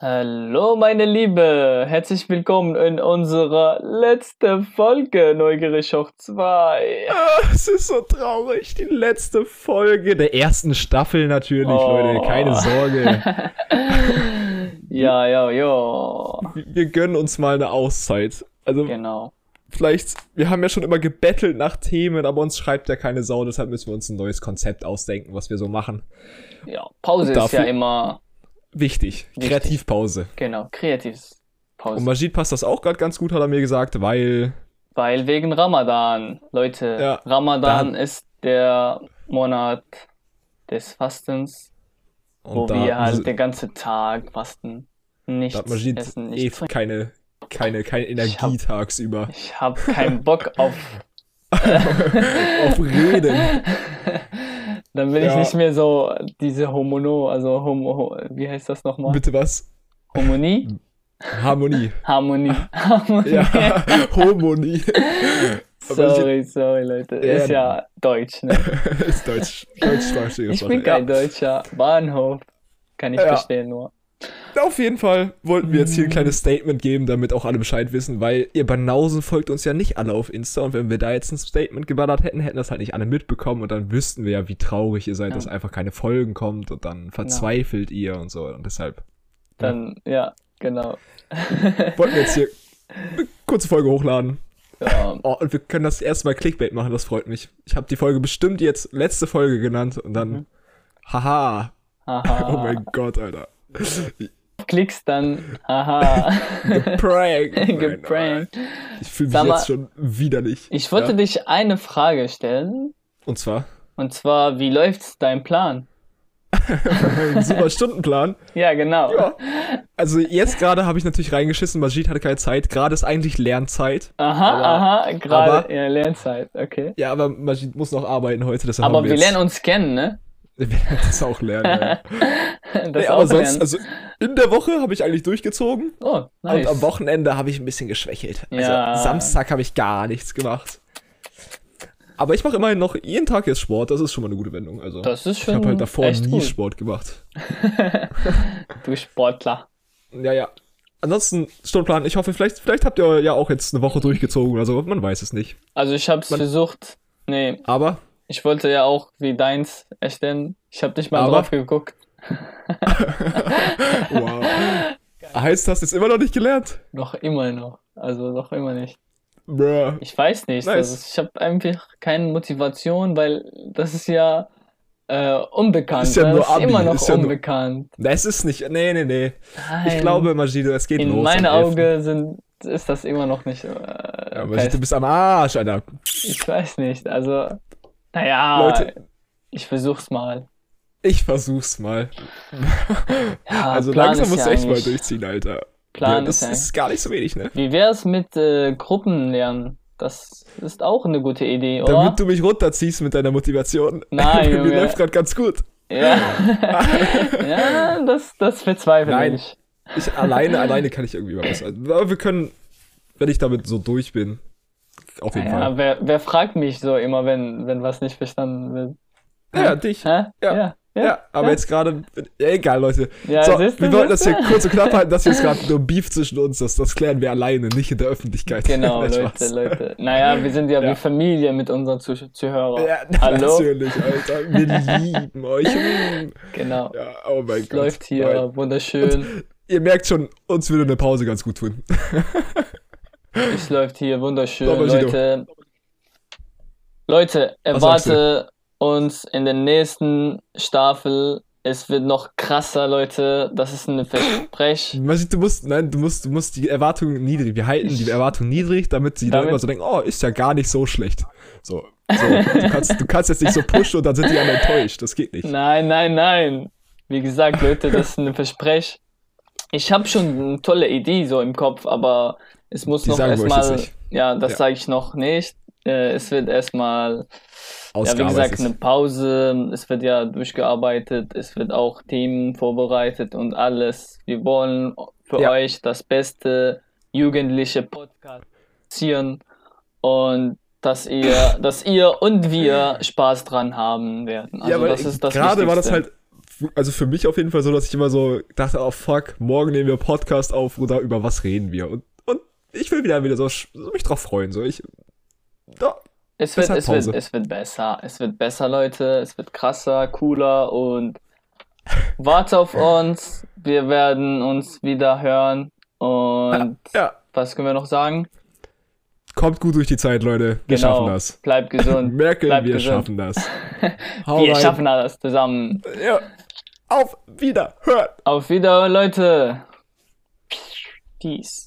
Hallo meine Liebe, herzlich willkommen in unserer letzten Folge Neugierig hoch 2. Es ist so traurig, die letzte Folge der ersten Staffel natürlich, Leute, keine Sorge. Ja. Wir gönnen uns mal eine Auszeit. Also Genau. vielleicht, wir haben ja schon immer gebettelt nach Themen, aber uns schreibt ja keine Sau, deshalb müssen wir uns ein neues Konzept ausdenken, was wir so machen. Ja, Pause Und ist ja dafür- immer, Wichtig, Kreativpause. genau, kreatives Und Pause. Majid passt das auch gerade ganz gut, hat er mir gesagt, weil... Weil wegen Ramadan, Leute, Ja, Ramadan ist der Monat des Fastens, wo wir halt den ganzen Tag fasten, da nichts hat Majid essen, nichts trinken. keine Energie tagsüber. Ich habe keinen Bock auf Auf Reden. Dann bin ich Ja. nicht mehr so diese wie heißt das nochmal? Bitte was? Harmonie? Harmonie. Harmonie. Ja, Homonie. Sorry, Leute. Ist ja Deutsch, ne? Ist deutschsprachiges Ich bin kein Deutscher. Bahnhof. Kann ich verstehen nur. Auf jeden Fall wollten wir jetzt hier ein kleines Statement geben, damit auch alle Bescheid wissen, weil ihr Banausen folgt uns ja nicht alle auf Insta und wenn wir da jetzt ein Statement geballert hätten, hätten das halt nicht alle mitbekommen und dann wüssten wir ja, wie traurig ihr seid, dass einfach keine Folgen kommt und dann verzweifelt ihr und so und deshalb. Dann, ja, genau. Wollten wir jetzt hier eine kurze Folge hochladen. Ja. Oh, und wir können das erste Mal Clickbait machen, das freut mich. Ich habe die Folge bestimmt jetzt letzte Folge genannt und dann haha. Oh mein Gott, Alter. Klickst dann, haha. Geprankt. Geprankt. Ich fühle mich Sag mal, jetzt schon widerlich. Ich wollte dich eine Frage stellen. Und zwar? Und zwar, wie läuft dein Plan? Ein super Stundenplan. Ja, genau. Ja. Also jetzt gerade habe ich natürlich reingeschissen, Majid hatte keine Zeit. Gerade ist eigentlich Lernzeit. Gerade Lernzeit, okay. Ja, aber Majid muss noch arbeiten heute. Deshalb Aber haben wir lernen uns kennen, ne? Wir werden das auch lernen. Das aber auch sonst, lernen. also in der Woche habe ich eigentlich durchgezogen. Oh, nice. Und am Wochenende habe ich ein bisschen geschwächelt. Ja. Also Samstag habe ich gar nichts gemacht. Aber ich mache immerhin noch jeden Tag jetzt Sport. Das ist schon mal eine gute Wendung. Also Das ist ich schon habe halt davor echt nie gut. Sport gemacht. Du Sportler. Ja. Ansonsten Stundenplan. Ich hoffe, vielleicht habt ihr ja auch jetzt eine Woche durchgezogen oder so. Man weiß es nicht. Also ich hab's versucht. Nee, Aber ich wollte ja auch wie deins erstellen. Ich hab nicht mal Aber? drauf geguckt. wow. Heißt, hast du jetzt immer noch nicht gelernt? Noch immer noch. Also noch immer nicht. Bruh. Ich weiß nicht. Nice. Also ich habe einfach keine Motivation, weil das ist ja unbekannt. Ist ja ne? nur Das ist Abi, immer noch ist ja nur- unbekannt. Das ist nicht. Nee. Nein. Ich glaube, Magido, es geht los. In meinen am 11.. Augen ist das immer noch nicht Ja, Magido, du bist am Arsch, Alter. Ich weiß nicht, also, naja, Leute. ich versuch's mal. Ich versuch's mal. Ja, Also Plan langsam ist musst ja du echt mal eigentlich- durchziehen, Alter. Plan das ist ja- ist gar nicht so wenig, ne? Wie wär's mit Gruppenlernen? Das ist auch eine gute Idee, oder? Damit du mich runterziehst mit deiner Motivation. Nein, Mir Junge. läuft gerade ganz gut. Ja, ja, das verzweifle Nein. ich. Ich alleine kann ich irgendwie mal was. Aber wir können, wenn ich damit so durch bin, auf jeden Fall. Ja, wer fragt mich so immer, wenn was nicht verstanden wird? Ja, dich. Hä? Ja, aber jetzt gerade, egal, Leute. Ja, so, siehst du, wir wollten das siehst hier du? kurz und knapp halten, dass jetzt gerade nur Beef zwischen uns, das klären wir alleine, nicht in der Öffentlichkeit. Genau, Nein, Spaß. Leute. Naja, wir sind ja Ja. wie Familie mit unseren Zuhörern. Ja, Hallo? natürlich, Alter. Wir lieben euch. Genau. Ja, oh mein Es Gott. läuft hier Nein. wunderschön. Ihr merkt schon, uns würde eine Pause ganz gut tun. Es läuft hier wunderschön, So, Majid. Leute. Leute, Was sagst erwarte uns in der nächsten Staffel. Es wird noch krasser, Leute. Das ist ein Versprechen. Majid, du musst die Erwartungen niedrig. Wir halten die Erwartungen niedrig, damit sie dann Damit- immer so denken, oh, ist ja gar nicht so schlecht. Du kannst jetzt nicht so pushen und dann sind die alle enttäuscht. Das geht nicht. Nein. Wie gesagt, Leute, das ist ein Versprechen. Ich habe schon eine tolle Idee so im Kopf, aber es muss Die noch sagen wir euch erstmal. jetzt nicht. Ja, das Ja. sage ich noch nicht. Es wird erstmal. Ja, wie Ausgearbeitet. gesagt, eine Pause, es wird ja durchgearbeitet, es wird auch Themen vorbereitet und alles. Wir wollen für Ja. euch das beste jugendliche Podcast produzieren und dass ihr und wir Spaß dran haben werden. Also ja, weil das ist das gerade war das Wichtigste. halt also für mich auf jeden Fall so, dass ich immer so dachte, oh fuck, morgen nehmen wir Podcast auf oder über was reden wir. Und ich will wieder so mich drauf freuen. So, es wird besser. Es wird besser, Leute. Es wird krasser, cooler und warte auf uns. Wir werden uns wieder hören. Und was können wir noch sagen? Kommt gut durch die Zeit, Leute. Wir schaffen das. Bleibt gesund. Merkel, Bleibt wir gesund. schaffen das. Wir schaffen das zusammen. Ja. Auf Wiederhören. Auf Wiederhören, Leute. Peace.